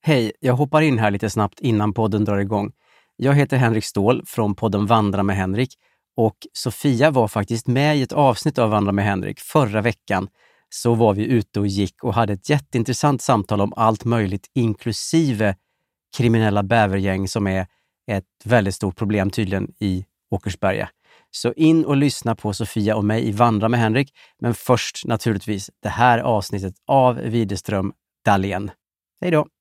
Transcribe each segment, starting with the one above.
Hej, jag hoppar in här lite snabbt innan podden drar igång. Jag heter Henrik Ståhl från podden Vandra med Henrik och Sofia var faktiskt med i ett avsnitt av Vandra med Henrik förra veckan. Så var vi ute och gick och hade ett jätteintressant samtal om allt möjligt inklusive kriminella bävergäng som är ett väldigt stort problem tydligen i Åkersberga. Så in och lyssna på Sofia och mig i Vandra med Henrik, men först naturligtvis det här avsnittet av Widerström Dahlén. Hej då!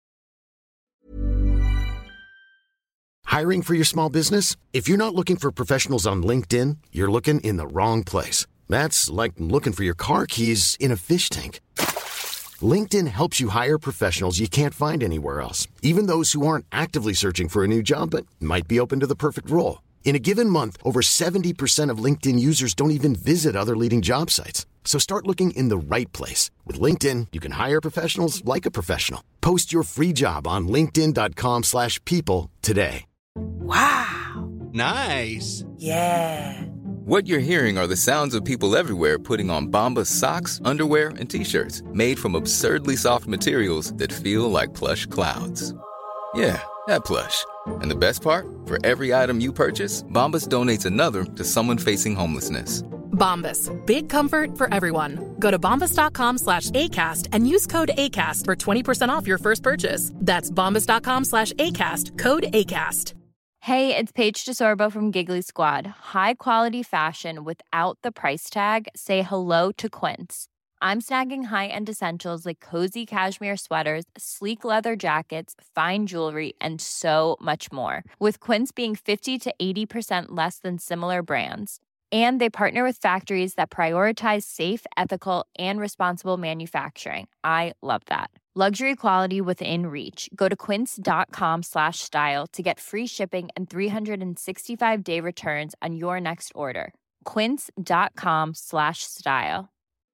Hiring for your small business? If you're not looking for professionals on LinkedIn, you're looking in the wrong place. That's like looking for your car keys in a fish tank. LinkedIn helps you hire professionals you can't find anywhere else, even those who aren't actively searching for a new job but might be open to the perfect role. In a given month, over 70% of LinkedIn users don't even visit other leading job sites. So start looking in the right place. With LinkedIn, you can hire professionals like a professional. Post your free job on linkedin.com/people today. Wow! Nice! Yeah! What you're hearing are the sounds of people everywhere putting on Bombas socks, underwear, and T-shirts made from absurdly soft materials that feel like plush clouds. Yeah, that plush. And the best part? For every item you purchase, Bombas donates another to someone facing homelessness. Bombas. Big comfort for everyone. Go to bombas.com/ACAST and use code ACAST for 20% off your first purchase. That's bombas.com/ACAST. Code ACAST. Hey, it's Paige DeSorbo from Giggly Squad. High quality fashion without the price tag. Say hello to Quince. I'm snagging high-end essentials like cozy cashmere sweaters, sleek leather jackets, fine jewelry, and so much more. With Quince being 50 to 80% less than similar brands. And they partner with factories that prioritize safe, ethical, and responsible manufacturing. I love that. Luxury quality within reach. Go to quince.com/style to get free shipping and 365-day returns on your next order. Quince.com/style.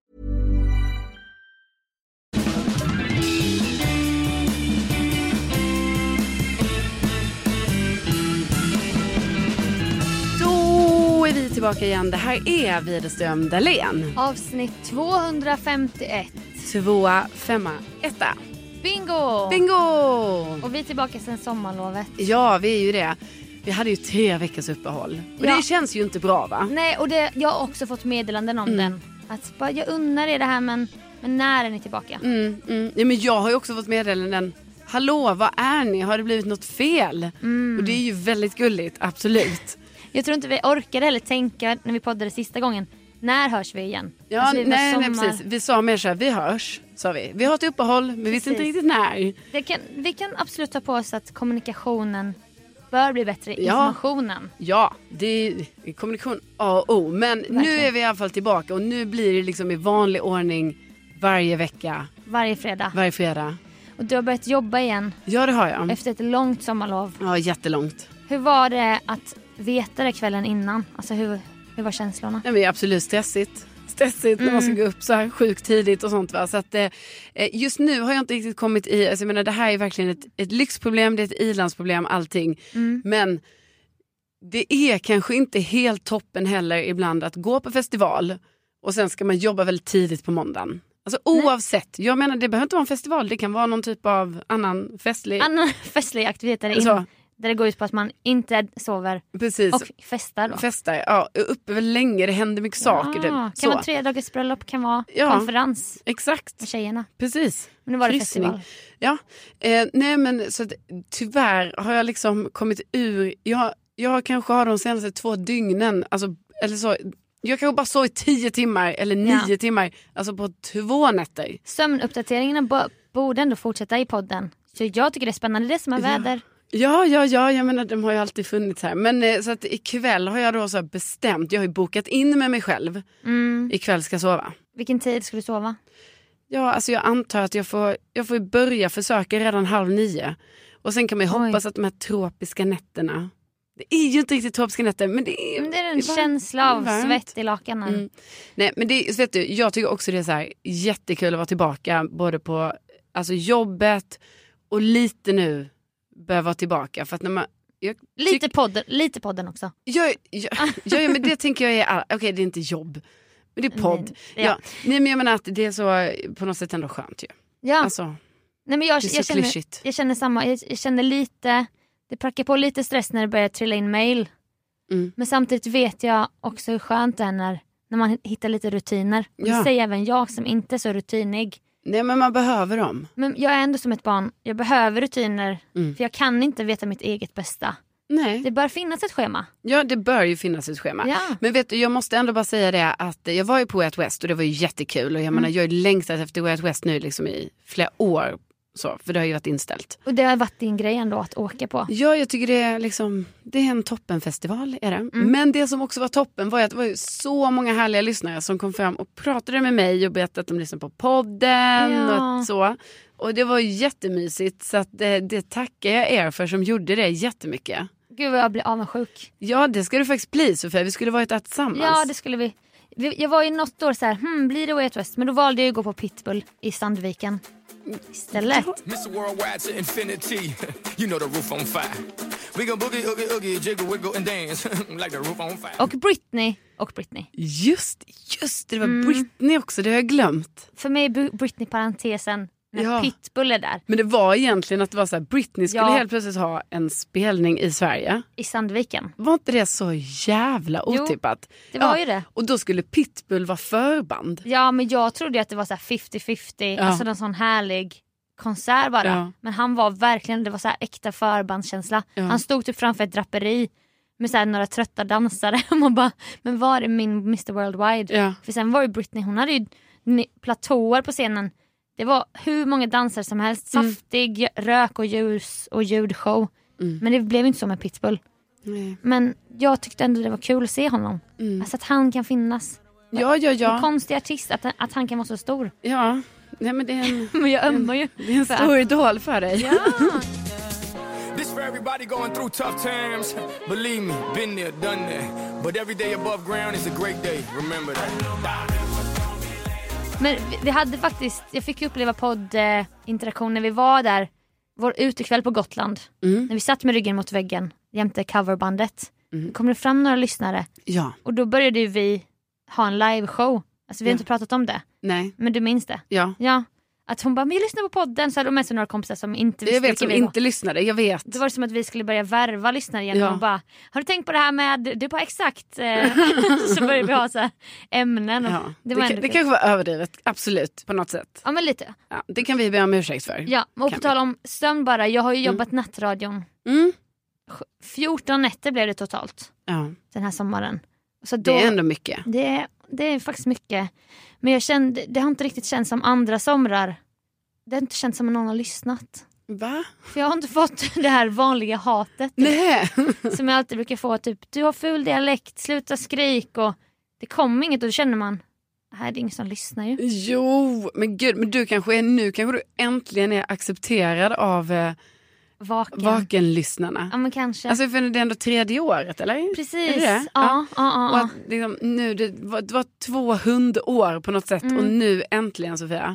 Då är vi tillbaka igen. Det här är Widerström Dahlén. Avsnitt 251. 2, 5, 1. Bingo! Bingo! Och vi är tillbaka sen sommarlovet. Ja, vi är ju det. Vi hade ju 3 veckors uppehåll. Och det känns ju inte bra, va? Nej, och jag har också fått meddelanden om den. Att bara, jag unnar er det här, men när är ni tillbaka? Ja, men jag har ju också fått meddelanden. Hallå, vad är ni? Har det blivit något fel? Och det är ju väldigt gulligt, absolut. Jag tror inte vi orkade eller tänka när vi poddade sista gången. När hörs vi igen? Ja, alltså, nej, precis. Vi sa mer så här, vi hörs, sa vi. Vi har ett uppehåll, men vi visste inte riktigt när. Vi kan absolut ta på oss att kommunikationen bör bli bättre. Informationen. Ja, det är kommunikation A och O. Men verkligen. Nu är vi i alla fall tillbaka och nu blir det liksom i vanlig ordning varje vecka. Varje fredag. Varje fredag. Och du har börjat jobba igen. Ja, det har jag. Efter ett långt sommarlov. Ja, jättelångt. Hur var det att veta det kvällen innan? Alltså hur var känslorna? Ja, men absolut stressigt när man ska gå upp så här sjukt tidigt och sånt, va? Så att just nu har jag inte riktigt kommit i, alltså jag menar, det här är verkligen ett lyxproblem, det är ett ilandsproblem, allting. Men det är kanske inte helt toppen heller ibland att gå på festival och sen ska man jobba väldigt tidigt på måndagen. Alltså oavsett, jag menar det behöver inte vara en festival, det kan vara någon typ av annan festlig aktivitet där det går ut på att man inte sover. Precis. Och festar då. Festar, ja, uppe väl länge, det händer mycket saker. Kan vara 3 dagars bröllop, kan vara konferens. Exakt. Med tjejerna. Precis. Men nu var det festival. Ja, nej men så att, tyvärr har jag liksom kommit ur, jag kanske har de senaste 2 dygnen, alltså, eller så, jag kanske bara sovit 10 timmar eller 9 timmar, alltså på 2 nätter. Sömnuppdateringarna borde ändå fortsätta i podden. Så jag tycker det är spännande, det som är väder. Ja, jag menar de har ju alltid funnits här. Men så att ikväll har jag då så bestämt, jag har ju bokat in med mig själv. Ikväll ska jag sova. Vilken tid ska du sova? Ja, alltså jag antar att jag får börja försöka redan 8:30. Och sen kan man ju hoppas att de här tropiska nätterna, det är ju inte riktigt tropiska nätter, men det är en känsla av svett i lakanen. Nej, men det, vet du, jag tycker också det är så här jättekul att vara tillbaka både på alltså jobbet och lite nu börja vara tillbaka, för att när man lite podden också. Ja, men det tänker jag är okej, det är inte jobb, men det är podd. Nej, men jag menar att det är så på något sätt ändå skönt ju. Ja. Alltså. Nej, men jag känner samma. Jag känner lite, det prackar på lite stress när det börjar trilla in mail. Men samtidigt vet jag också hur skönt det är när man hittar lite rutiner. Och det säger även jag som inte är så rutinig. Nej, men man behöver dem. Men jag är ändå som ett barn. Jag behöver rutiner. För jag kan inte veta mitt eget bästa. Nej. Det bör finnas ett schema. Ja, det bör ju finnas ett schema. Ja. Men vet du, jag måste ändå bara säga det att jag var ju på Way Out West och det var ju jättekul. Och jag menar, jag har ju längtat efter Way Out West nu liksom i flera år. Så, för det har ju varit inställt. Och det har varit din grej ändå att åka på. Ja, jag tycker det är liksom, det är en toppenfestival är det. Men det som också var toppen var att det var ju så många härliga lyssnare som kom fram och pratade med mig och berättade att de lyssnade på podden och så. Och det var jättemysigt, så att det tackar jag er för som gjorde det jättemycket. Gud vad jag blir avundsjuk. Ja, det ska du faktiskt bli, Sofia. Vi skulle varit där tillsammans. Ja, det skulle vi. Jag var ju något år så här, blir det Way Out West? Men då valde jag att gå på Pitbull i Sandviken istället. Mr. Worldwide to infinity. You know the roof on fire. We gonna boogie, oogie, oogie, jiggle, wiggle and dance like the roof on fire. Och Britney. Just det var Britney också, det har jag glömt. För mig är Britney parentesen när Pitbull är där. Men det var egentligen att det var så här, Britney skulle helt plötsligt ha en spelning i Sverige. I Sandviken. Var inte det så jävla otippat? Jo, det var ju det. Och då skulle Pitbull vara förband. Ja, men jag trodde att det var så här 50-50. Alltså en sån härlig konsert bara. Ja. Men han var verkligen, det var så här äkta förbandskänsla. Ja. Han stod typ framför ett draperi med så här några trötta dansare. Och man bara, men var är min Mr. Worldwide? Ja. För sen var ju Britney, hon hade ju platåer på scenen. Det var hur många dansare som helst. Saftig rök och ljus och ljudshow. Men det blev inte så med Pitbull. Nej. Men jag tyckte ändå det var kul att se honom. Alltså att han kan finnas. Ja. En konstig artist, att han kan vara så stor. Ja, nej, men det är en, men jag ömmar ju. Det är en stor idol för dig. Ja. This for everybody going through tough times. Believe me, been there, done that. But every day above ground is a great day. Remember that. Men vi hade faktiskt, jag fick uppleva poddinteraktion när vi var där, vår utekväll på Gotland. När vi satt med ryggen mot väggen jämte coverbandet. Då kom det fram några lyssnare. Ja. Och då började vi ha en liveshow. Alltså vi har inte pratat om det. Nej. Men du minns det? Ja. Att hon bara, men jag lyssnar på podden. Så hade de med sig några kompisar som inte visste. Jag vet, som inte lyssnade, jag vet. Det var som att vi skulle börja värva lyssnare igen. Och bara, har du tänkt på det här med, du bara exakt. Så började vi ha så här ämnen. Och det kanske var överdrivet, absolut, på något sätt. Ja, men lite. Ja, det kan vi be om ursäkt för. Ja, och på tal om sömn bara. Jag har ju jobbat nattradion. 14 nätter blev det totalt. Ja. Den här sommaren. Så då, det är ändå mycket. Det är faktiskt mycket. Men jag kände, det har inte riktigt känts som andra somrar. Det har inte känts som att någon har lyssnat. Va? För jag har inte fått det här vanliga hatet. Nej. Som jag alltid brukar få. Typ, du har full dialekt, sluta skrik. Och det kommer inget och då känner man, här är det ingen som lyssnar ju. Jo, men gud, men du kanske du äntligen är accepterad av Vaken-lyssnarna. Ja, men kanske. Alltså för det är ändå 3:e året, eller? Precis. Är det? Ja. Och att, liksom, nu, det var 200 år på något sätt. Och nu äntligen, Sofia,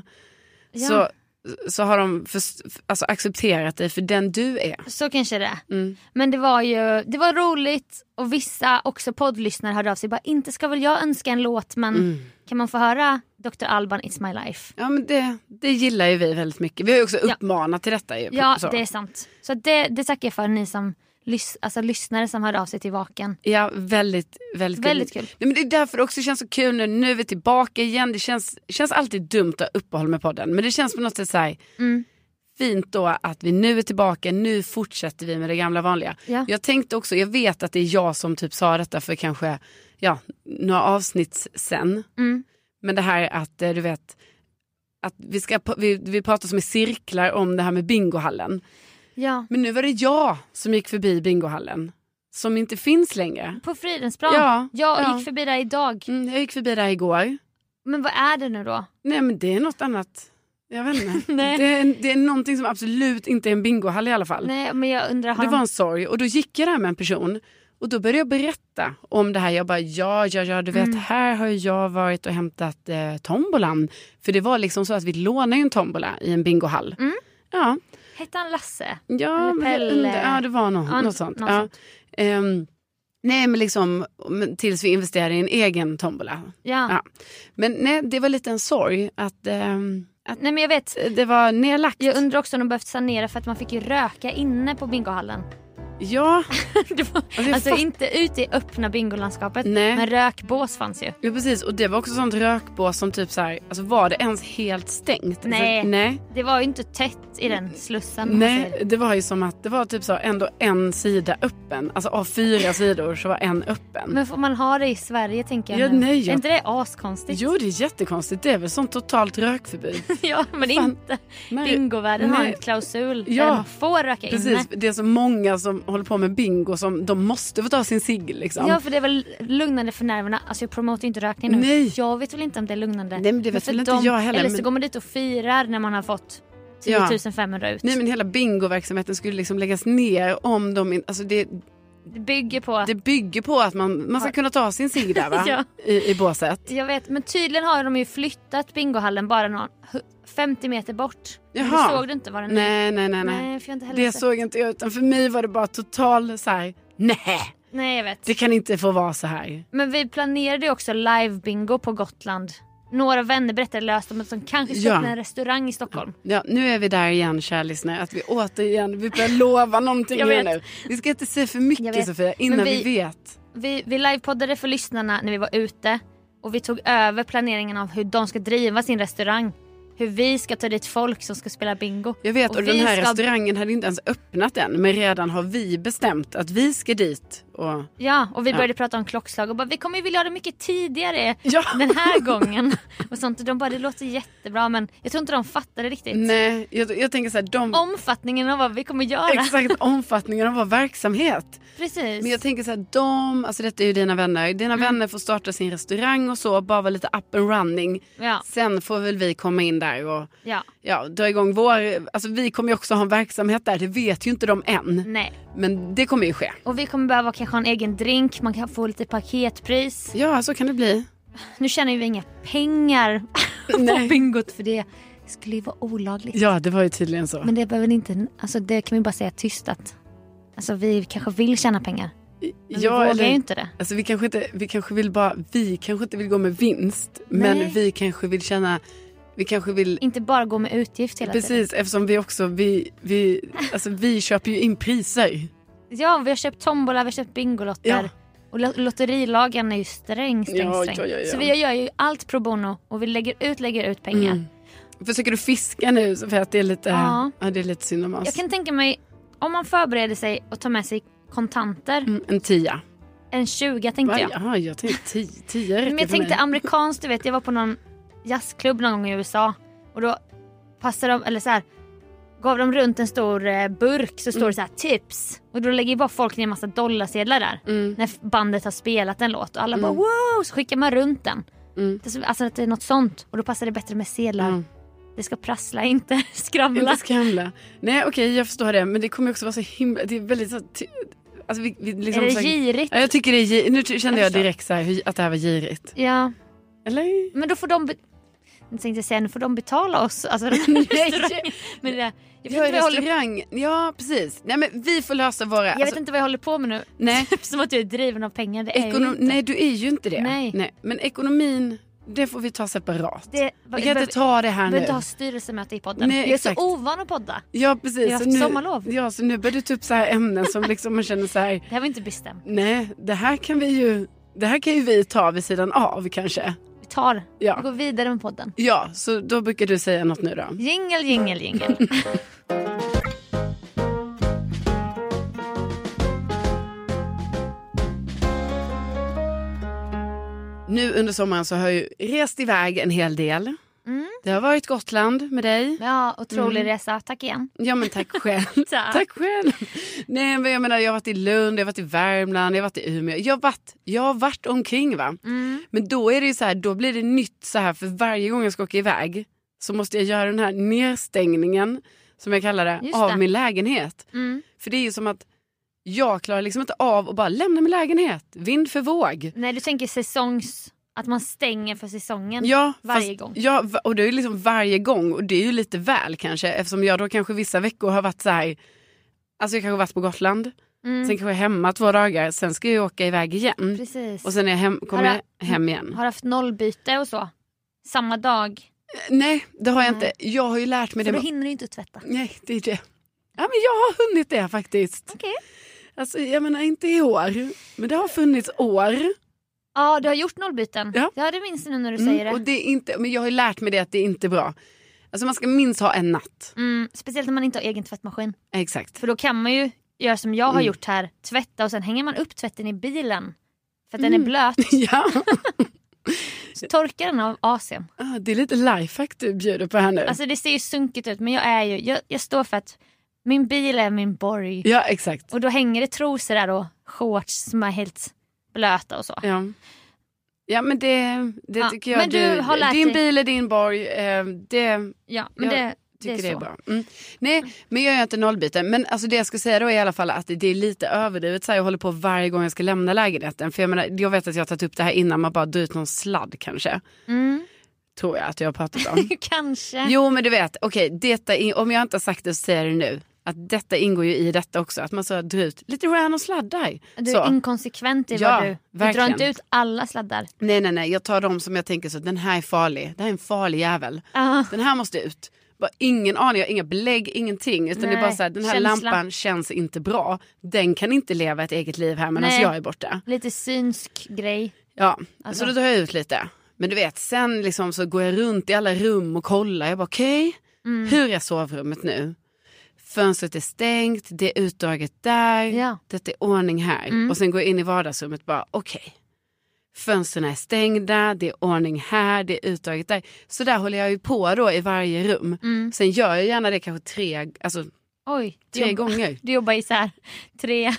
så har de accepterat dig för den du är. Så kanske det. Men det var roligt. Och vissa också poddlyssnare hörde av sig. Bara, inte ska väl jag önska en låt, men kan man få höra Dr. Alban, It's My Life? Ja, men det gillar ju vi väldigt mycket. Vi har ju också uppmanat till detta. Ja, det är sant. Så det tackar jag för, ni som lyssnare som hörde av sig till Vaken. Ja, väldigt kul. Nej, men det är därför det också känns så kul nu är vi tillbaka igen. Det känns alltid dumt att ha uppehåll med podden. Men det känns på något sätt så här, fint då att vi nu är tillbaka. Nu fortsätter vi med det gamla vanliga. Ja. Jag tänkte också, jag vet att det är jag som typ sa detta för kanske några avsnitt sen. Men det här att du vet att vi pratar som i cirklar om det här med bingohallen. Ja. Men nu var det jag som gick förbi bingohallen. Som inte finns längre. På Fridhemsplan? Jag gick förbi där idag. Jag gick förbi där igår. Men vad är det nu då? Nej, men det är något annat. Jag vet inte. Det är någonting som absolut inte är en bingohall i alla fall. Nej, men jag undrar. Det var en sorg. Och då gick jag där med en person. Och då började jag berätta om det här. Jag bara, ja, du vet, här har jag varit och hämtat tombolan. För det var liksom så att vi lånade en tombola i en bingohall. Ja. Hette han Lasse? Ja, eller Pelle? Det var något sånt. Något sånt. Nej, men liksom tills vi investerade i en egen tombola. Ja. Men nej, det var lite en sorg att nej, men jag vet. Det var nedlagt. Jag undrar också om de behövt sanera för att man fick ju röka inne på bingohallen. Ja. Det var, alltså inte ute i öppna bingolandskapet. Nej. Men rökbås fanns ju. Ja, precis. Och det var också sånt rökbås som typ så här, alltså var det ens helt stängt? Nej. Alltså, nej. Det var ju inte tätt i den slussen. Nej, det var ju som att det var typ så ändå en sida öppen. Alltså av 4 sidor så var en öppen. Men får man ha det i Sverige, tänker jag. Ja, nu? nej, Är inte det askonstigt? Jo, det är jättekonstigt. Det är väl sånt totalt rökförbud. Ja, men Fan. inte. Bingovärlden har en klausul där man får röka precis. inne. Det är så många som håller på med bingo som de måste få ta sin cigg liksom. Ja, för det är väl lugnande för nerverna. Alltså jag promotar inte rökning nu. Nej. Jag vet väl inte om det är lugnande. Nej, men det vet väl inte jag heller. Eller så går man dit och firar när man har fått 10 500 ut. Nej, men hela bingoverksamheten skulle liksom läggas ner om de... Alltså det bygger på att man ska kunna ta sin cigg där, va? Ja. I båset. Jag vet, men tydligen har de ju flyttat bingohallen bara 50 meter bort. Jaha. Du såg du inte vad den är? Nej. För jag inte heller Det såg inte jag, utan för mig var det bara total så här. Nej, jag vet. Det kan inte få vara så här. Men vi planerade ju också live bingo på Gotland. Några vänner berättade löst om att de kanske ska öppna en restaurang i Stockholm. Ja, nu är vi där igen, kära lyssnare. Att vi återigen, vi börjar lova någonting här nu. Vi ska inte säga för mycket, Sofia, innan vi vet. Vi livepoddade för lyssnarna när vi var ute. Och vi tog över planeringen av hur de ska driva sin restaurang. Hur vi ska ta dit folk som ska spela bingo. Jag vet, och den här restaurangen hade inte ens öppnat än. Men redan har vi bestämt att vi ska dit. Och vi började prata om klockslag. Och bara, vi kommer ju vilja ha det mycket tidigare den här gången. Och sånt. Och de bara, det låter jättebra. Men jag tror inte de fattade riktigt. Nej, jag tänker så här. Omfattningen av vad vi kommer göra. Exakt, omfattningen av vår verksamhet. Precis. Men jag tänker så här, alltså detta är ju dina vänner. Dina vänner får starta sin restaurang och så. Bara vara lite up and running. Ja. Sen får väl vi komma in där och dra igång alltså vi kommer ju också ha en verksamhet där. Det vet ju inte de än. Nej. Men det kommer ju ske. Och vi kommer behöva kanske ha en egen drink. Man kan få lite paketpris. Ja, så kan det bli. Nu tjänar vi inga pengar på bingot, för det skulle ju vara olagligt. Ja, det var ju tydligen så. Men det behöver inte, alltså det kan vi bara säga tyst att alltså vi kanske vill tjäna pengar. Men vi vågar ju inte det. Alltså vi kanske inte vill gå med vinst. Nej. Men vi kanske vill känna... Vi kanske vill... Inte bara gå med utgift hela tiden. Precis, eftersom vi också... vi köper ju in priser. Ja, vi har köpt tombola, vi har köpt bingolotter. Ja. Och lotterilagen är ju sträng. Ja. Så vi gör ju allt pro bono. Och vi lägger ut pengar. Försöker du fiska nu? För att det är lite, det är lite synd om oss. Jag kan tänka mig, om man förbereder sig och tar med sig kontanter. En 10. En 20 tänkte jag. Ja, jag tänkte 10 Men jag tänkte amerikanskt, du vet. Jag var på någon jazzklubb någon gång i USA. Och då passade de, eller så här, gav de runt en stor burk. Så står det så här, tips. Och då lägger ju bara folk ner en massa dollarsedlar där. När bandet har spelat en låt. Och alla bara wow, så skickar man runt den. Alltså att det är något sånt. Och då passar det bättre med sedlar. Det ska prassla, inte skramla. Inte skramla. Nej, okej, jag förstår det. Men det kommer också vara så himla... Det är väldigt så... Alltså, vi liksom, är det girigt? Ja, jag tycker det är girigt. Nu kände jag direkt så här, att det här var girigt. Ja. Eller? Men då får de... Jag tänkte säga, nu får de betala oss. Alltså men det... Ja, precis. Nej, men vi får lösa våra... Jag vet inte vad jag håller på med nu. Nej. Som att jag är driven av pengar. Det är ju inte. Nej, du är ju inte det. Nej. Men ekonomin... Det får vi ta separat. Vi kan inte ta det här nu. Vi behöver inte ha styrelsemöte i podden. Nej, jag är så ovan att podda. Ja, precis. Vi har haft sommarlov. Ja, så nu börjar du ta upp så här ämnen som liksom man känner så här... Det har vi inte bestämt. Nej, det här kan ju vi ta vid sidan av kanske. Vi går vidare med podden. Ja, så då brukar du säga något nu då. Jingle. Nu under sommaren så har jag ju rest iväg en hel del. Det har varit Gotland med dig. Ja, otrolig resa. Tack igen. Ja, men tack själv. Tack själv. Nej, men jag menar, jag har varit i Lund, jag har varit i Värmland, jag har varit i Umeå. Jag har varit omkring, va? Men då är det ju så här, då blir det nytt så här, för varje gång jag ska åka iväg så måste jag göra den här nedstängningen, som jag kallar det, av min lägenhet. För det är ju som att jag klarar liksom inte av att bara lämna min lägenhet. Vind för våg. Nej, du tänker att man stänger för säsongen varje gång. Ja, och det är liksom varje gång. Och det är ju lite väl kanske. Eftersom jag då kanske vissa veckor har varit så här... Alltså jag kanske har varit på Gotland. Sen kanske jag är hemma 2 dagar. Sen ska jag åka iväg igen. Precis. Och sen är jag kommer jag hem igen. Har du haft nollbyte och så? Samma dag? Nej, det har jag inte. Jag har ju lärt mig för det. För då hinner du inte tvätta. Nej, det är det. Ja, men jag har hunnit det faktiskt. Okej. Alltså, jag menar inte i år. Men det har funnits år. Ja, du har gjort nollbyten. Ja, det minns nu när du säger det. Och det är inte, men jag har ju lärt mig det att det är inte bra. Alltså man ska minst ha en natt. Speciellt när man inte har egen tvättmaskin. Exakt. För då kan man ju göra som jag har gjort här. Tvätta och sen hänger man upp tvätten i bilen. För att den är blöt. Ja. Så torkar den av AC:n. Det är lite lifehack du bjuder på här nu. Alltså det ser ju sunkigt ut. Men jag står för att min bil är min borg. Ja, exakt. Och då hänger det trosor där och shorts som är helt blöta och så. Ja, men det tycker jag. Men du har lärt din dig. Bil är din borg. Det är bra. Nej, men jag gör inte nollbyte. Men alltså det jag ska säga då är i alla fall att det är lite överdrivet. Så här, jag håller på varje gång jag ska lämna lägenheten. För jag vet att jag har tagit upp det här innan. Man bara drar ut någon sladd kanske. Tror jag att jag har pratat om. Kanske. Jo, men du vet. Okej, om jag inte har sagt det så säger jag det nu. Att detta ingår ju i detta också. Att man så drar ut lite random sladdar. Du är inkonsekvent i vad du drar inte ut alla sladdar. Nej. Jag tar dem som jag tänker så. Den här är farlig. Det här är en farlig jävel. Den här måste ut. Bara ingen aning, jag har inga belägg, ingenting. Utan det är bara så här, den här lampan känns inte bra. Den kan inte leva ett eget liv här medan jag är borta. Lite synsk grej. Ja, så då drar jag ut lite. Men du vet, sen liksom så går jag runt i alla rum och kollar. Jag bara okej, hur är sovrummet nu? Fönstret är stängt, det är utdraget där. Det är ordning här. Och sen går jag in i vardagsrummet bara okej. Fönsterna är stängda, det är ordning här, det är utdraget där. Så där håller jag ju på då i varje rum. Sen gör jag gärna det kanske 3 gånger. Du jobbar i så här 3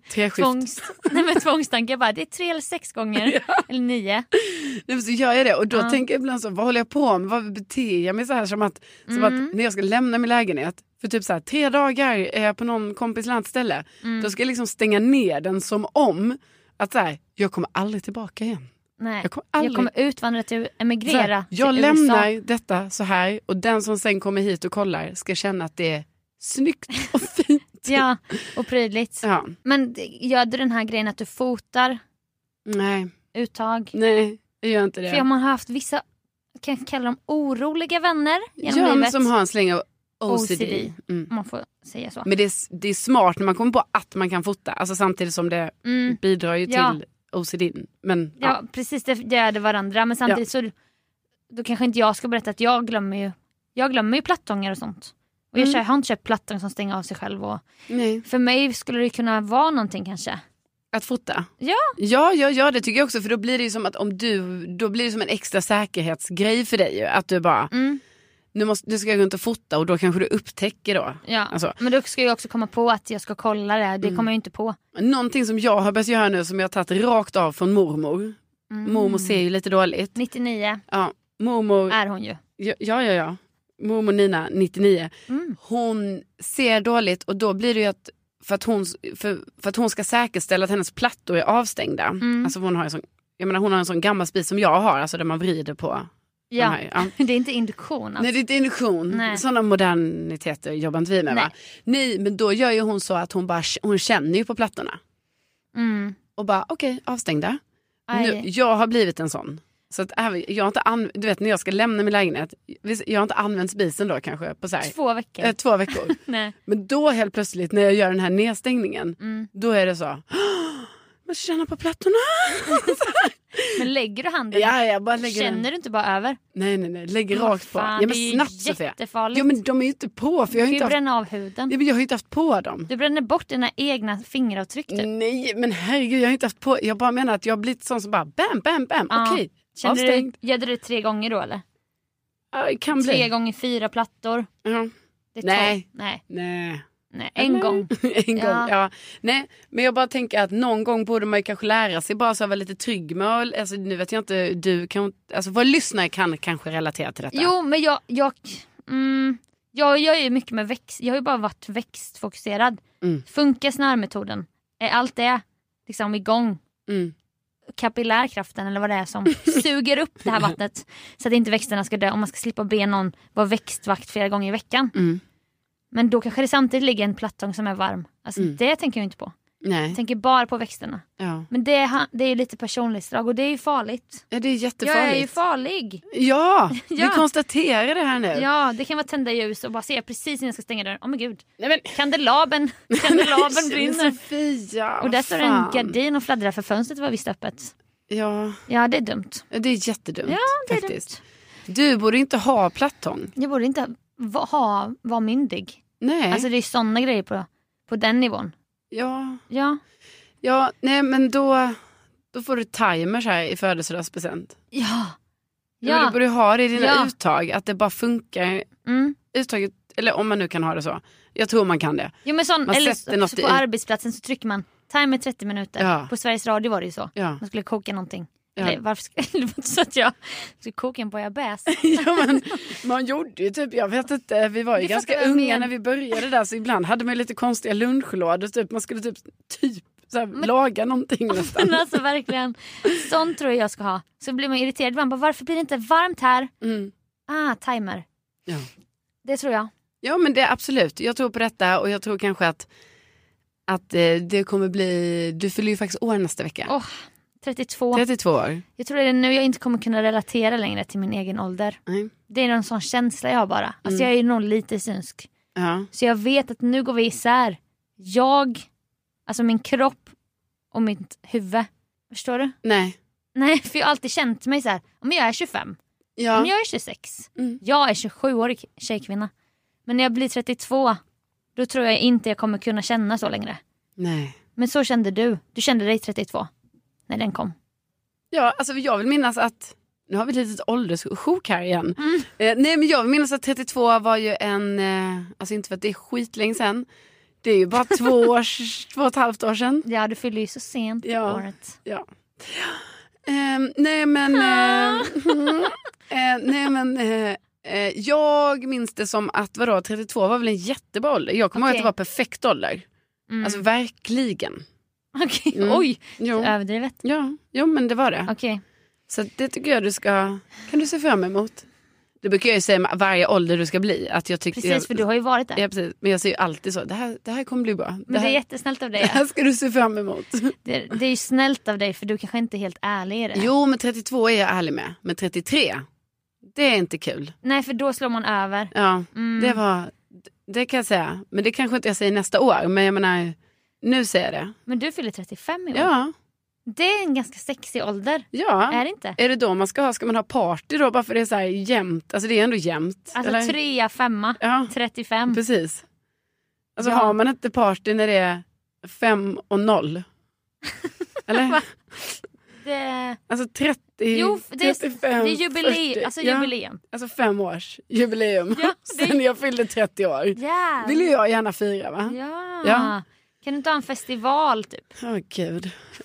tvångstankar bara. Det är 3 eller 6 gånger. Eller 9. Nej, så gör jag det. Och då tänker jag ibland så, vad håller jag på med? Vad beter jag mig så här som att när jag ska lämna min lägenhet för typ så här 3 dagar är jag på någon kompis landställe. Då ska jag liksom stänga ner den som om att så här, jag kommer aldrig tillbaka igen. Nej, jag kommer utvandra till emigrera här, jag till lämnar USA. detta så här och den som sen kommer hit och kollar ska känna att det är snyggt och fint. Ja, och prydligt. Ja. Men gör du den här grejen att du fotar? Nej. Uttag? Nej, jag gör inte det. För man har haft vissa, kan jag kalla dem oroliga vänner genom livet. Men som har en släng av OCD. Om man får säga så. Men det är smart när man kommer på att man kan fota. Alltså samtidigt som det bidrar ju till OCD. Men, ja, precis. Det gör det varandra. Men samtidigt så då kanske inte jag ska berätta att jag glömmer ju plattångar och sånt. Och jag har inte köpt plattång som stänger av sig själv. Och för mig skulle det kunna vara någonting kanske. Att fota? Ja, det tycker jag också. För då blir det ju som att då blir det som en extra säkerhetsgrej för dig. Att du bara... Nu ska jag gå runt och fota och då kanske du upptäcker då. Ja, alltså. Men då ska jag också komma på att jag ska kolla det. Det kommer jag inte på. Någonting som jag har börjat göra nu som jag har tagit rakt av från mormor. Mormor ser ju lite dåligt. 99. Ja, mormor... Är hon ju. Ja. Mormor Nina, 99. Hon ser dåligt och då blir det ju att för att hon ska säkerställa att hennes plattor är avstängda. Alltså hon har en sån gammal spis som jag har. Alltså där man vrider på... Ja, det är inte induktion. Alltså. Nej, det är inte induktion. Nej. Sådana moderniteter jobbar inte vi med. Nej. Va? Nej, men då gör ju hon så att hon känner ju på plattorna. Och bara, okej, avstängda. Nu, jag har blivit en sån. Så att jag har inte du vet när jag ska lämna min lägenhet. Jag har inte använt spisen då kanske på så här, 2 veckor. 2 veckor. Nej. Men då helt plötsligt när jag gör den här nedstängningen. Då är det så. Man känner på plattorna. Men lägger du handen? Ja, jag bara lägger Känner den. du inte bara över? Nej, lägger rakt på. Ja, men det är snabbt jättefarligt. Ja, men de är ju inte på för jag har inte bränna av huden. Ja, men jag har ju inte haft på dem. Du bränner bort dina egna fingeravtryck typ. Nej, men herregud, jag har inte haft på. Jag bara menar att jag har blivit sån som bara bam. Okej. Gör du 3 gånger då eller? Ja, det kan bli. 3 gånger 4 plattor. Nej. Nej, en gång. En gång, ja. Nej, men jag bara tänker att någon gång borde man ju kanske lära sig bara så att vara lite trygg med. Alltså, nu vet jag inte, du kan, alltså våra lyssnare kan kanske relatera till detta. Jo, men jag gör ju mycket med växt. Jag har ju bara varit växtfokuserad. Funkar snörmetoden? Är allt det liksom igång? Kapillärkraften eller vad det är som suger upp det här vattnet så att inte växterna ska dö. Om man ska slippa be någon vara växtvakt flera gånger i veckan. Men då kanske det samtidigt ligger en plattång som är varm. Alltså det tänker jag inte på. Nej. Tänker bara på växterna. Ja. Men det är ju lite personlighetsdrag och det är ju farligt. Ja, det är jättefarligt. Jag är ju farlig. Ja, vi konstaterar det här nu. Ja, det kan vara tända ljus och bara se precis när jag ska stänga dörren. Men gud, Nej, men... Kandelaben brinner. Sofia, och där står en gardin och fladdrar för fönstret var visst öppet. Ja, det är dumt. Det är jättedumt. Ja, det är faktiskt. Dumt. Du borde inte ha plattång. Jag borde inte vara myndig. Nej. Alltså det är sådana grejer på den nivån. Ja, nej men då får du timers här i födelsedagspresent. Ja. Du borde ha det i dina uttag, att det bara funkar. Uttaget, eller om man nu kan ha det så. Jag tror man kan det. Jo, men eller på arbetsplatsen så trycker man timer 30 minuter. Ja. På Sveriges Radio var det ju så. Ja. Man skulle koka någonting. Ja. Eller varför skulle det så att jag skulle koka en bouillabaisse? Ja, men man gjorde ju typ, jag vet inte, vi var ju ganska unga när vi började där, så ibland hade man lite konstiga lunchlådor typ, man skulle typ så här, laga någonting nästan. Men alltså verkligen, sånt tror jag ska ha. Så blir man irriterad, man bara, varför blir det inte varmt här? Timer. Ja. Det tror jag. Ja, men det är absolut, jag tror på detta, och jag tror kanske att det kommer bli, du fyller ju faktiskt år nästa vecka. 32 år. Jag tror det är nu jag inte kommer kunna relatera längre till min egen ålder. Det är någon sån känsla jag har bara. Alltså jag är nog lite synsk. Så jag vet att nu går vi isär. Alltså min kropp och mitt huvud. Förstår du? Nej, för jag har alltid känt mig så här. Om jag är 25. Ja. Om jag är 26. Jag är 27-årig tjejkvinna. Men när jag blir 32, då tror jag inte jag kommer kunna känna så längre. Nej. Men så kände du. Du kände dig 32 när den kom. Ja, alltså jag vill minnas att, nu har vi ett litet ålderssjok här igen. Nej, men jag vill minnas att 32 var ju alltså inte för att det är skitlänge sedan. Det är ju bara 2,5 år sedan. Ja, du fyller ju så sent på året. Ja. Jag minns det som att 32 var väl en jättebra ålder. Jag kommer ihåg att det var perfekt ålder. Alltså verkligen. Okej, oj, så överdrivet. Ja, men det var det. Okej. Så det tycker jag kan du se fram emot. Det brukar jag ju säga varje ålder du ska bli. Att jag tycker, precis, för du har ju varit där. Ja, precis. Men jag säger ju alltid så, det här kommer bli bra. Men det är jättesnällt av dig. Det här ska du se fram emot. Det är ju snällt av dig, för du kanske inte är helt ärlig i det. Jo, men 32 är jag ärlig med. Men 33, det är inte kul. Nej, för då slår man över. Ja, det kan jag säga. Men det kanske inte jag säger nästa år. Men jag menar, nu säger jag det. Men du fyller 35 i år. Ja. Det är en ganska sexig ålder. Ja. Är det inte? Är det då man ska man ha party då? Bara för det är så här jämnt. Alltså det är ändå jämnt. Alltså eller? 3, 5, 35. Precis. Alltså har man inte party när det är 5 och 0? Eller? Alltså 30, jo, 35, det är jubileum. Alltså jubileum. Alltså 5 års jubileum. Ja, sen jag fyllde 30 år. Yeah. Vill jag gärna fira, va? Ja. Kan du inte ha en festival typ? Gud.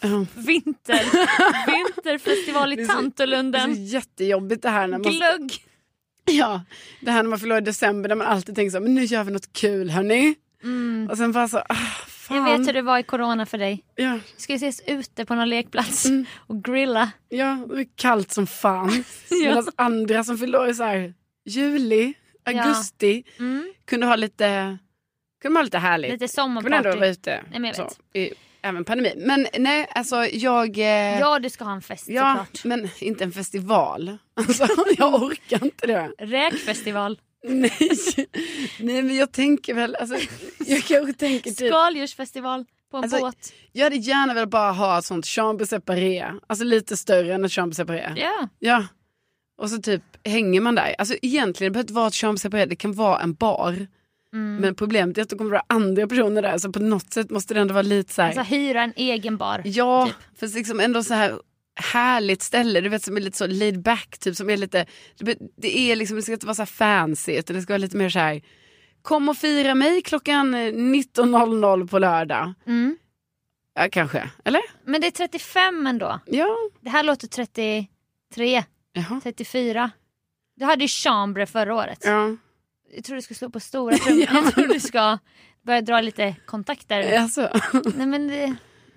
Vinterfestival i Tantolunden. Det är jättejobbigt det här när man... Glögg. Ja, det här när man förlorar i december, där man alltid tänker så, men nu gör vi något kul, hörni. Och sen bara så, fan. Jag vet hur det var i corona för dig. Ja. Ska vi ses ute på någon lekplats och grilla? Ja, det är kallt som fan. Medan andra som förlorar så här juli, augusti kunde ha lite härligt. Lite sommarparty. Men ändå vara ute. Nej, men jag vet. Även pandemi. Men nej, alltså jag... Ja, du ska ha en fest såklart. Men inte en festival. Alltså, jag orkar inte det. Räkfestival. Nej, men jag tänker väl... Alltså, jag kanske tänker typ... Skaldjursfestival på en båt. Jag hade gärna väl bara ha ett sånt chambre séparé. Alltså lite större än ett chambre séparé. Ja. Och så typ hänger man där. Alltså egentligen det behöver inte vara ett chambre séparé. Det kan vara en bar. Men problemet är att det kommer vara andra personer där. Så på något sätt måste det ändå vara lite så här... Alltså hyra en egen bar. Ja, typ. för liksom ändå så här härligt ställe. Du vet, som är lite så laid back. Typ, som är lite... Det är liksom, det ska inte vara så här fancy. Utan det ska vara lite mer så här... Kom och fira mig klockan 19.00 på lördag. Ja, kanske. Eller? Men det är 35 ändå. Ja. Det här låter 33. Jaha. 34. Du hade ju chambre förra året. Ja. Jag tror du ska slå på stora trum. Jag tror du ska börja dra lite kontakter. Alltså. Nej, men det...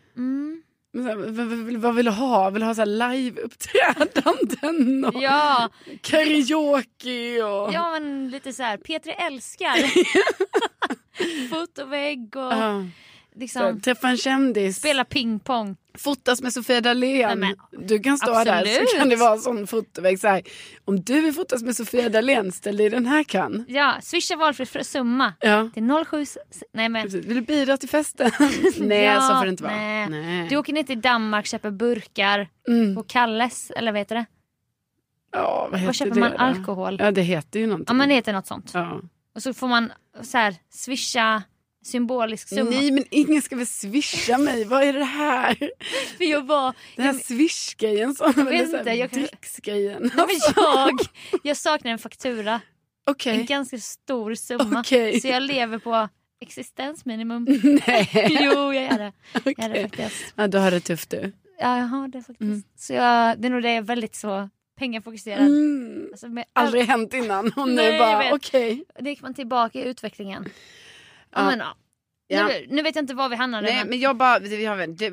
Vad vill du ha? Vill du ha så här live-uppträdanden och karaoke och... Ja, men lite så här, Petri älskar. Fotovägg och liksom, träffa en kändis. Spela pingpong. Fotas med Sofia Dalén. Nej, du kan stå där så kan det vara en sån fotoväg. Så här, om du vill fotas med Sofia Dalén, ställ dig i den här kan. Ja, swisha valfri summa. Ja. Det är 07... Nej, men... Vill du bidra till festen? Nej, ja, så får det inte vara. Nej. Du åker ner till Danmark, köper burkar på Kalles, eller vad heter det? Ja, vad heter vad köper det man då? alkohol? Ja, det heter ju någonting. Ja, men det heter något sånt. Ja. Och så får man så här swisha symbolisk summa. Nej, men ingen ska väl swisha mig. Vad är det här? För jag var... Den här swish-grejen som dricksgrejen. Jag saknar en faktura. Okay. En ganska stor summa. Okay. Så jag lever på existensminimum. Nej. Jo, jag gör det. Okay. Jag gör det faktiskt. Ja, du har det tufft du. Ja, jag har det faktiskt. Så det är nog det, jag är väldigt så pengafokuserad. Alltså aldrig hänt innan. Hon är bara okej. Det gick man tillbaka i utvecklingen. Ja. Men, ja. Nu vet jag inte var vi hamnar. Nej, men jag bara... Jag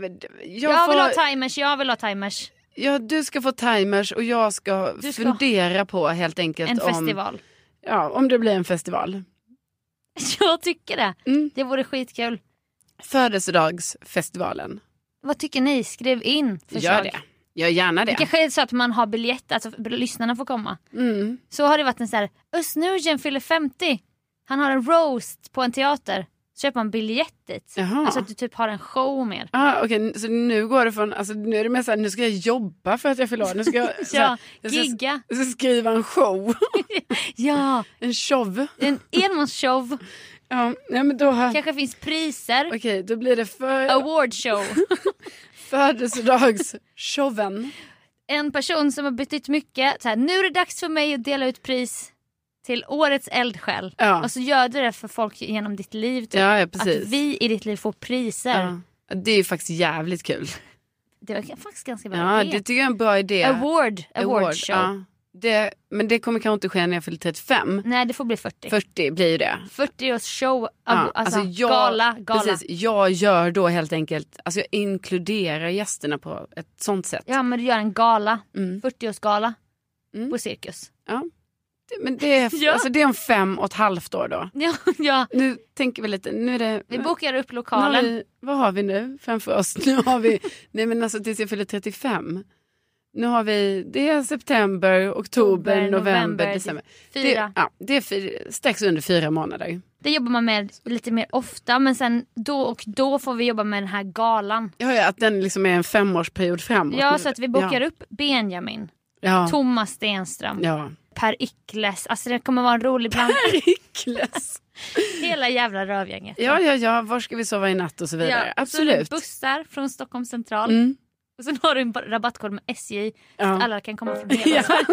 vill ha timers. Ja, du ska få timers och jag ska fundera på helt enkelt en festival. Ja, om det blir en festival. Jag tycker det. Det vore skitkul. Födelsedagsfestivalen. Vad tycker ni? Skriv in förslag. Gör det. Gör gärna det. Det kanske är så att man har biljett, alltså lyssnarna får komma. Så har det varit en så här, Özz Nujen fyller 50. Han har en roast på en teater. Så köper man biljett dit. Alltså att du typ har en show med. Okej. Så nu går det från, alltså nu är det mer så här, nu ska jag jobba för att jag fyller år. Nu ska jag, gigga. Jag ska skriva en show. Ja. En show. En enmansshow. Ja, men då kanske finns priser. Okej, då blir det awardshow. Födelsedagsshowen. En person som har betytt mycket. Så här, nu är det dags för mig att dela ut pris till årets eldsjäl. Ja. Och så gör du det för folk genom ditt liv. Typ. Ja, precis. Att vi i ditt liv får priser. Ja. Det är ju faktiskt jävligt kul. Det var faktiskt ganska bra idé. Ja, det tycker jag är en bra idé. Awardshow. Ja. Men det kommer kanske inte ske när jag fyller 35. Nej, det får bli 40. 40 blir ju det. 40 års show, alltså gala. Precis, jag gör då helt enkelt, alltså jag inkluderar gästerna på ett sånt sätt. Ja, men du gör en gala, 40-årsgala på Cirkus. Ja, men det är, alltså det är om 5,5 år då. Ja. Nu tänker vi lite, nu är det... Vi bokar upp lokalen. Vad har vi nu framför oss? Nu har vi, nej men alltså tills jag fyller 35. Nu har vi, det är september, oktober, november, december. 4. Det är strax under 4 månader. Det jobbar man med lite mer ofta, men sen då får vi jobba med den här galan. Ja, att den liksom är en 5-årsperiod framåt. Ja, så att vi bokar upp Benjamin, Thomas Stenström, Per Ickles. Alltså det kommer vara en rolig blandning. Per Ickles. Hela jävla rövgänget. Ja, var ska vi sova i natt och så vidare. Absolut. Så bussar från Stockholm central. Och sen har du en rabattkod med SJ så att alla kan komma från hela Sverige.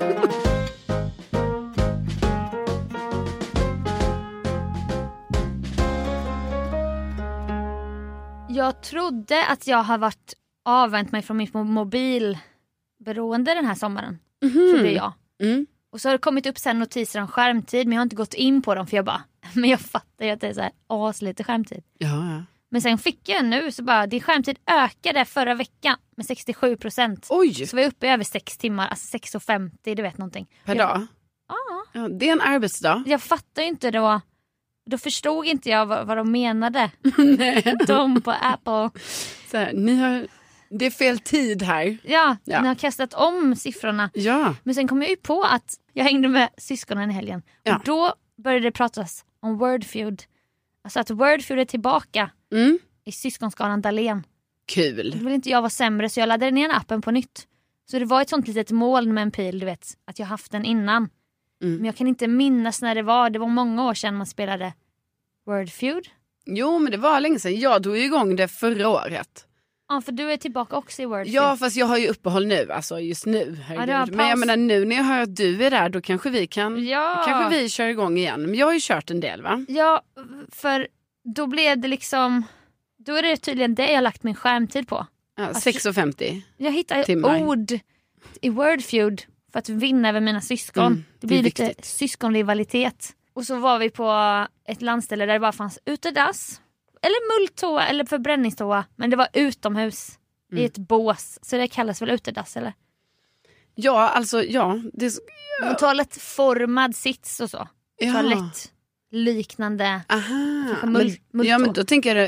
Jag trodde att jag har varit avvänt mig från mitt mobilberoende den här sommaren. Trodde jag. Och så har det kommit upp sen notiser om skärmtid, men jag har inte gått in på dem för men jag fattar ju att det är så här aslite skärmtid. Ja. Men sen fick jag nu så bara, din skärmtid ökade förra veckan med 67%. Oj! Så var jag uppe i över 6 timmar, alltså 6:50, du vet någonting. Per dag? Ja, det är en arbetsdag. Jag fattar ju inte då förstod inte jag vad de menade. De på Apple. Så här, det är fel tid här. Ja, ni har kastat om siffrorna. Ja. Men sen kom jag ju på att jag hängde med syskonen i helgen. Och då började det pratas om Wordfeud. Alltså att Wordfeud är tillbaka i syskonskalan Dalén. Kul. Då vill inte jag vara sämre så jag laddade ner appen på nytt. Så det var ett sånt litet moln med en pil, du vet. Att jag haft den innan. Men jag kan inte minnas när det var. Det var många år sedan man spelade Wordfeud. Jo, men det var länge sedan. Jag drog igång det förra året. Ja, för du är tillbaka också i Wordfeud. Ja, fast jag har ju uppehåll nu. Alltså just nu. Men jag menar nu när jag hör att du är där, då kanske vi kanske vi kör igång igen. Men jag har ju kört en del, va? Ja, för då blev det liksom... Då är det tydligen det jag har lagt min skärmtid på. Ja, 6:50 jag hittar ord i Wordfeud för att vinna över mina syskon. Det blir lite syskonrivalitet. Och så var vi på ett landställe där det bara fanns utedass. Eller mulltoa eller förbränningstoa. Men det var utomhus i ett bås. Så det kallas väl utedass, eller? Ja, alltså toalettformad sits och så. Toalett liknande. Aha. Men då tänker jag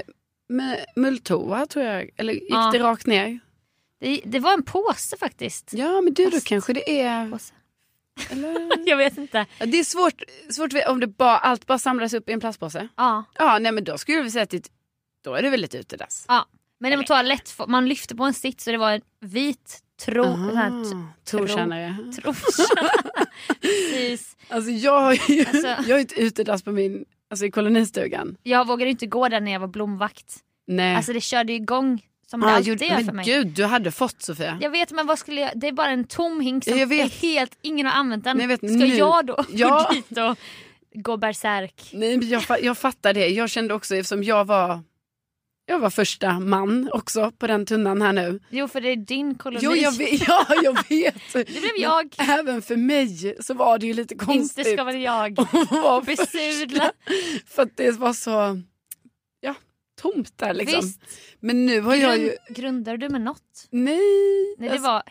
med mulltoa tror jag. Eller gick det rakt ner? Det var en påse faktiskt. Ja, men då kanske det är... Påse. Eller? Jag vet inte. Ja, det är svårt om det allt bara samlas upp i en plastpåse. Ja. Ja, nej men då skulle vi säga att då är det väl lite utedass. Ja, men det var toalett. Man lyfte på en sitt så det var en vit trotjänare. Precis. Alltså jag har ett utedass på min, alltså i kolonistugan. Jag vågade inte gå där när jag var blomvakt. Nej. Alltså det körde igång som det alltid gör för mig. Men gud, du hade fått Sofia. Jag vet, men vad skulle jag... Det är bara en tom hink som är helt... Ingen har använt den. Jag då gå dit och gå berserk? Nej, men jag fattar det. Jag kände också, eftersom jag var första man också på den tunnan här nu. Jo, för det är din koloni. Jo, jag vet. Det blev jag. Men även för mig så var det ju lite konstigt. Inte ska väl jag besudla. För att det var så... tomt där liksom. Visst. Men nu har jag ju... Grundar du med något? Nej, det var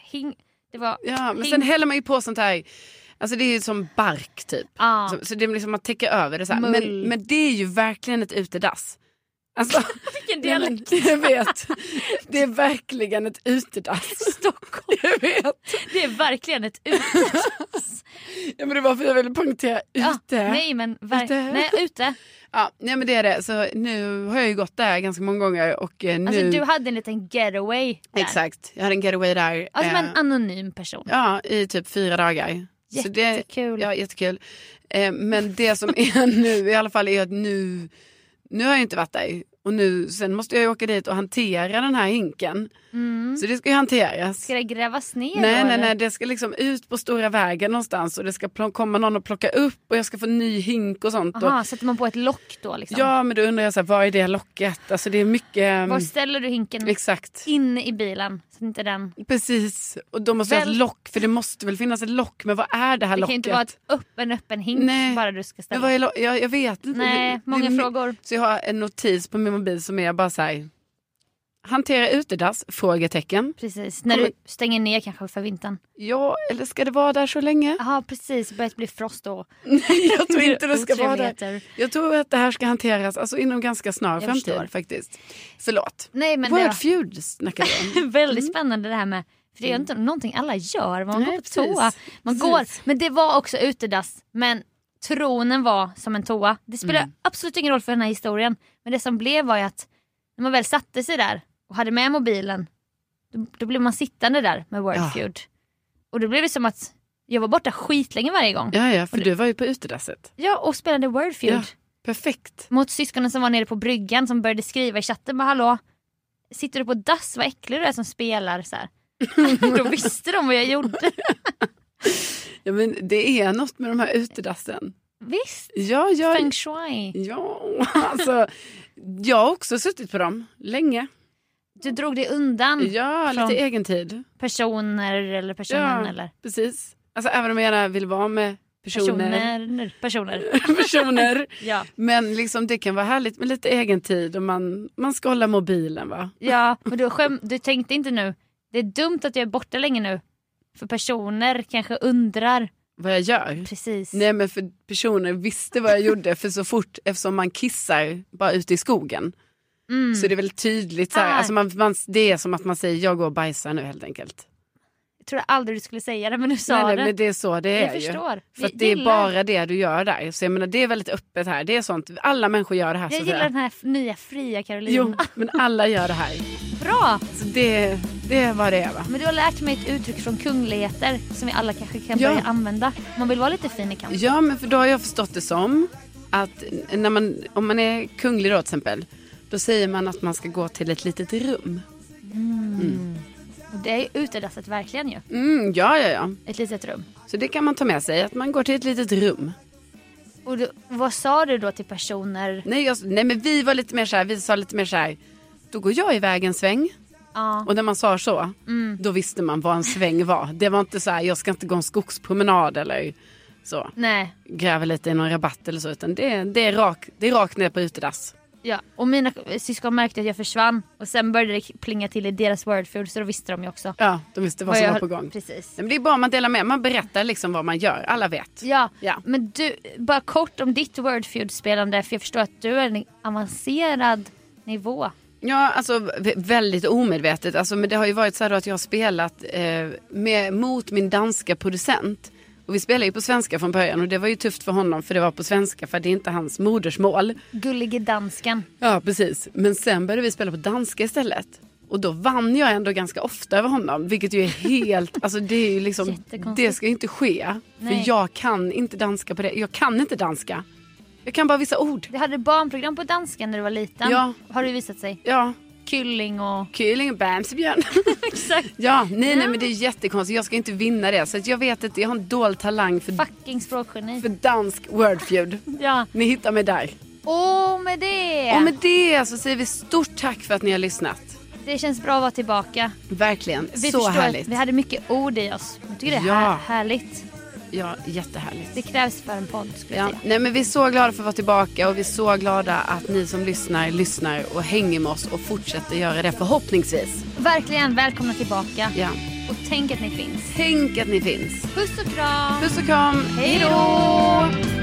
ja, men sen häller man ju på sånt här. Alltså det är ju som bark typ. Så det är liksom man täcker över det så här. Men det är ju verkligen ett utedass. Alltså, vilken dialekt. Jag vet. Det är verkligen ett utedass. Stockholm. Jag vet. Det är verkligen ett utedass. Ja, men det var för jag ville poängtera ute. Nej, men ute. Ja, nej, men det är det. Så nu har jag ju gått där ganska många gånger. Och nu... Alltså du hade en liten getaway där. Exakt, jag hade en getaway där. Alltså en anonym person. Ja, i typ 4 dagar. Jättekul. Ja, jättekul. Men det som är nu i alla fall är att nu har jag inte varit där. Och sen måste jag åka dit och hantera den här hinken. Så det ska ju hanteras. Ska det grävas ner Nej, det ska liksom ut på stora vägen någonstans. Och det ska komma någon och plocka upp. Och jag ska få ny hink och sånt. Aha, sätter man på ett lock då liksom? Ja, men då undrar jag så här, vad är det locket? Alltså det är mycket... Var ställer du hinken? Exakt. Inne i bilen, så inte den... Precis, och då måste jag ha ett lock. För det måste väl finnas ett lock. Men vad är det här locket? Det kan inte vara ett öppen hink. Nej. Bara du ska ställa. Men vad är jag vet inte. Nej, många frågor. Så jag har en notis på min mobil som är bara så här: hantera utedass? Frågetecken. Precis, när du stänger ner kanske för vintern. Ja, eller ska det vara där så länge? Ja, precis, börjat bli frost då. Nej, jag tror inte det ska vara där. Jag tror att det här ska hanteras alltså inom ganska snar framtid faktiskt. Förlåt. Nej, men Wordfeud snackar vi om. Väldigt spännande det här med, för det är inte någonting alla gör. Man går på toa. Man går, men det var också utedass. Men tronen var som en toa. Det spelar absolut ingen roll för den här historien. Men det som blev var ju att när man väl satte sig där och hade med mobilen, då blev man sittande där med Wordfeud. Och då blev det som att jag var borta skitlänge varje gång. Ja, för du var ju på utedasset. Ja, och spelade Wordfeud. Ja, perfekt. Mot syskonen som var nere på bryggan som började skriva i chatten. Men hallå, sitter du på dass? Vad äcklig du är som spelar så här. Då visste de vad jag gjorde. Ja, men det är något med de här utedassen. Visst? Ja. Feng shui. Ja, alltså jag har också suttit på dem länge. Du drog dig undan. Ja, lite egen tid. Personer eller personen eller? Precis. Alltså även om jag gärna vill vara med personer. Ja. Men liksom det kan vara härligt med lite egen tid och man ska hålla mobilen, va? Ja, men du tänkte inte nu. Det är dumt att jag är borta länge nu. För personer kanske undrar vad jag gör. Precis. Nej, men för personer visste vad jag gjorde för så fort, eftersom man kissar bara ute i skogen. Så det är väl tydligt så här, alltså det är som att man säger jag går och bajsar nu helt enkelt. Jag tror aldrig du skulle säga det, men du sa det. Nej, men det är så det är jag förstår. Ju. För att det är bara det du gör där. Så jag menar, det är väldigt öppet här. Det är sånt, alla människor gör det här. Jag gillar den här nya fria Carolina. Jo, men alla gör det här. Bra! Så det är vad det är, va? Men du har lärt mig ett uttryck från kungligheter som vi alla kanske kan börja använda. Man vill vara lite fin i kanten. Ja, men för då har jag förstått det som att om man är kunglig då till exempel, då säger man att man ska gå till ett litet rum. Och det är ju utedasset verkligen ju. Ja. Ett litet rum. Så det kan man ta med sig, att man går till ett litet rum. Och vad sa du då till personer? Nej, men vi var lite mer så här, vi sa lite mer så här, då går jag iväg en sväng. Ja. Och när man sa så, då visste man vad en sväng var. Det var inte så här, jag ska inte gå en skogspromenad eller så. Nej. Gräva lite i någon rabatt eller så, utan det är rakt ner på utedass. Ja, och mina syskon märkte att jag försvann. Och sen började det plinga till i deras Wordfeud. Så då visste de ju också. Ja, de visste vad som var på gång. Precis. Men det är bara man delar med. Man berättar liksom vad man gör. Alla vet. Ja. Men du, bara kort om ditt Wordfeud-spelande. För jag förstår att du är en avancerad nivå. Ja, alltså väldigt omedvetet. Alltså, men det har ju varit så här då att jag har spelat mot min danska producent. Och vi spelar ju på svenska från början och det var ju tufft för honom för det var på svenska för det är inte hans modersmål. Gullige danskan. Ja, precis. Men sen började vi spela på danska istället. Och då vann jag ändå ganska ofta över honom. Vilket ju är helt, alltså det är ju liksom, det ska inte ske. Nej. För jag kan inte danska på det. Jag kan inte danska. Jag kan bara vissa ord. Det hade barnprogram på danska när du var liten. Ja. Har det visat sig? Ja. Kylling och Bamsebjörn. Exakt. Ja, nej men det är jättekonstigt. Jag ska inte vinna det. Så att jag vet att jag har en dold talang för fucking språkgeni. För dansk wordfeud. Ja. Ni hittar mig där. Och med det så säger vi stort tack för att ni har lyssnat. Det känns bra att vara tillbaka. Verkligen, vi så härligt. Vi hade mycket ord i oss. Jag tycker det är härligt. Ja, jättehärligt. Det krävs för en podd, skulle jag säga. Nej, men vi är så glada för att vara tillbaka och vi är så glada att ni som lyssnar och hänger med oss och fortsätter göra det förhoppningsvis. Verkligen, välkomna tillbaka. Ja. Och tänk att ni finns. Tänk att ni finns. Puss och kram. Puss och kram. Hej då.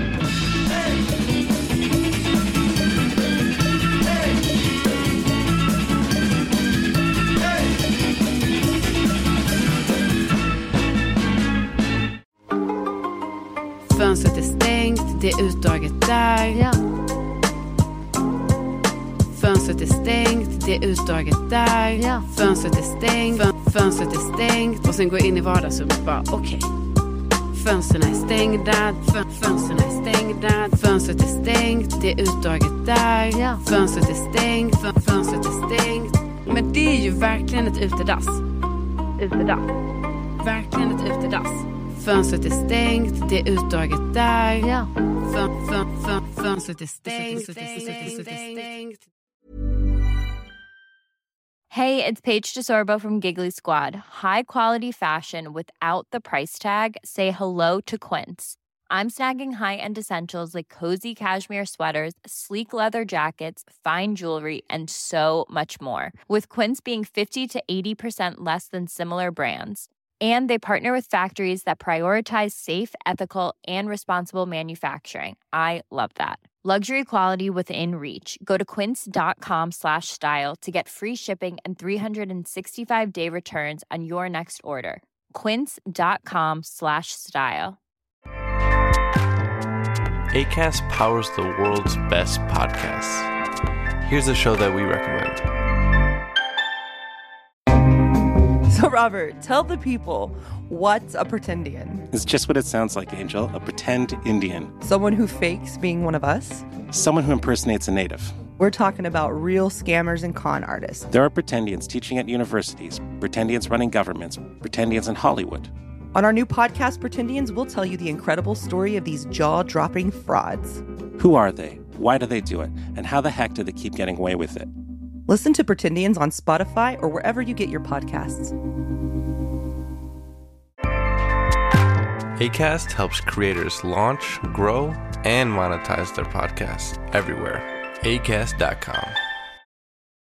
Fönstret är stängt, det är utdraget där. Ja. Fönstret är stängt, det är utdraget där. Ja. Fönstret är stängt, fönstret är stängt. Och sen går jag in i vardagsrummet och bara okej. Fönstren är stängda, fönstren är stängda. Fönstret är stängt, det är utdraget där. Ja. Fönstret är stängt, fönstret är stängt. Men det är ju verkligen ett utedass. Utedass. Verkligen ett utedass. Fönstret är stängt, det är utdraget där. Ja. Fönstret är stängt. Hey, it's Paige DeSorbo from Giggly Squad. High quality fashion without the price tag. Say hello to Quince. I'm snagging high-end essentials like cozy cashmere sweaters, sleek leather jackets, fine jewelry, and so much more. With Quince being 50 to 80% less than similar brands. And they partner with factories that prioritize safe, ethical, and responsible manufacturing. I love that. Luxury quality within reach. Go to quince.com/style to get free shipping and 365-day returns on your next order. Quince.com/style. Acast powers the world's best podcasts. Here's a show that we recommend. So, Robert, tell the people, what's a pretendian? It's just what it sounds like, Angel. A pretend Indian. Someone who fakes being one of us? Someone who impersonates a native. We're talking about real scammers and con artists. There are pretendians teaching at universities, pretendians running governments, pretendians in Hollywood. On our new podcast, Pretendians, we'll tell you the incredible story of these jaw-dropping frauds. Who are they? Why do they do it? And how the heck do they keep getting away with it? Listen to Pretendians on Spotify or wherever you get your podcasts. Acast helps creators launch, grow, and monetize their podcasts everywhere. Acast.com.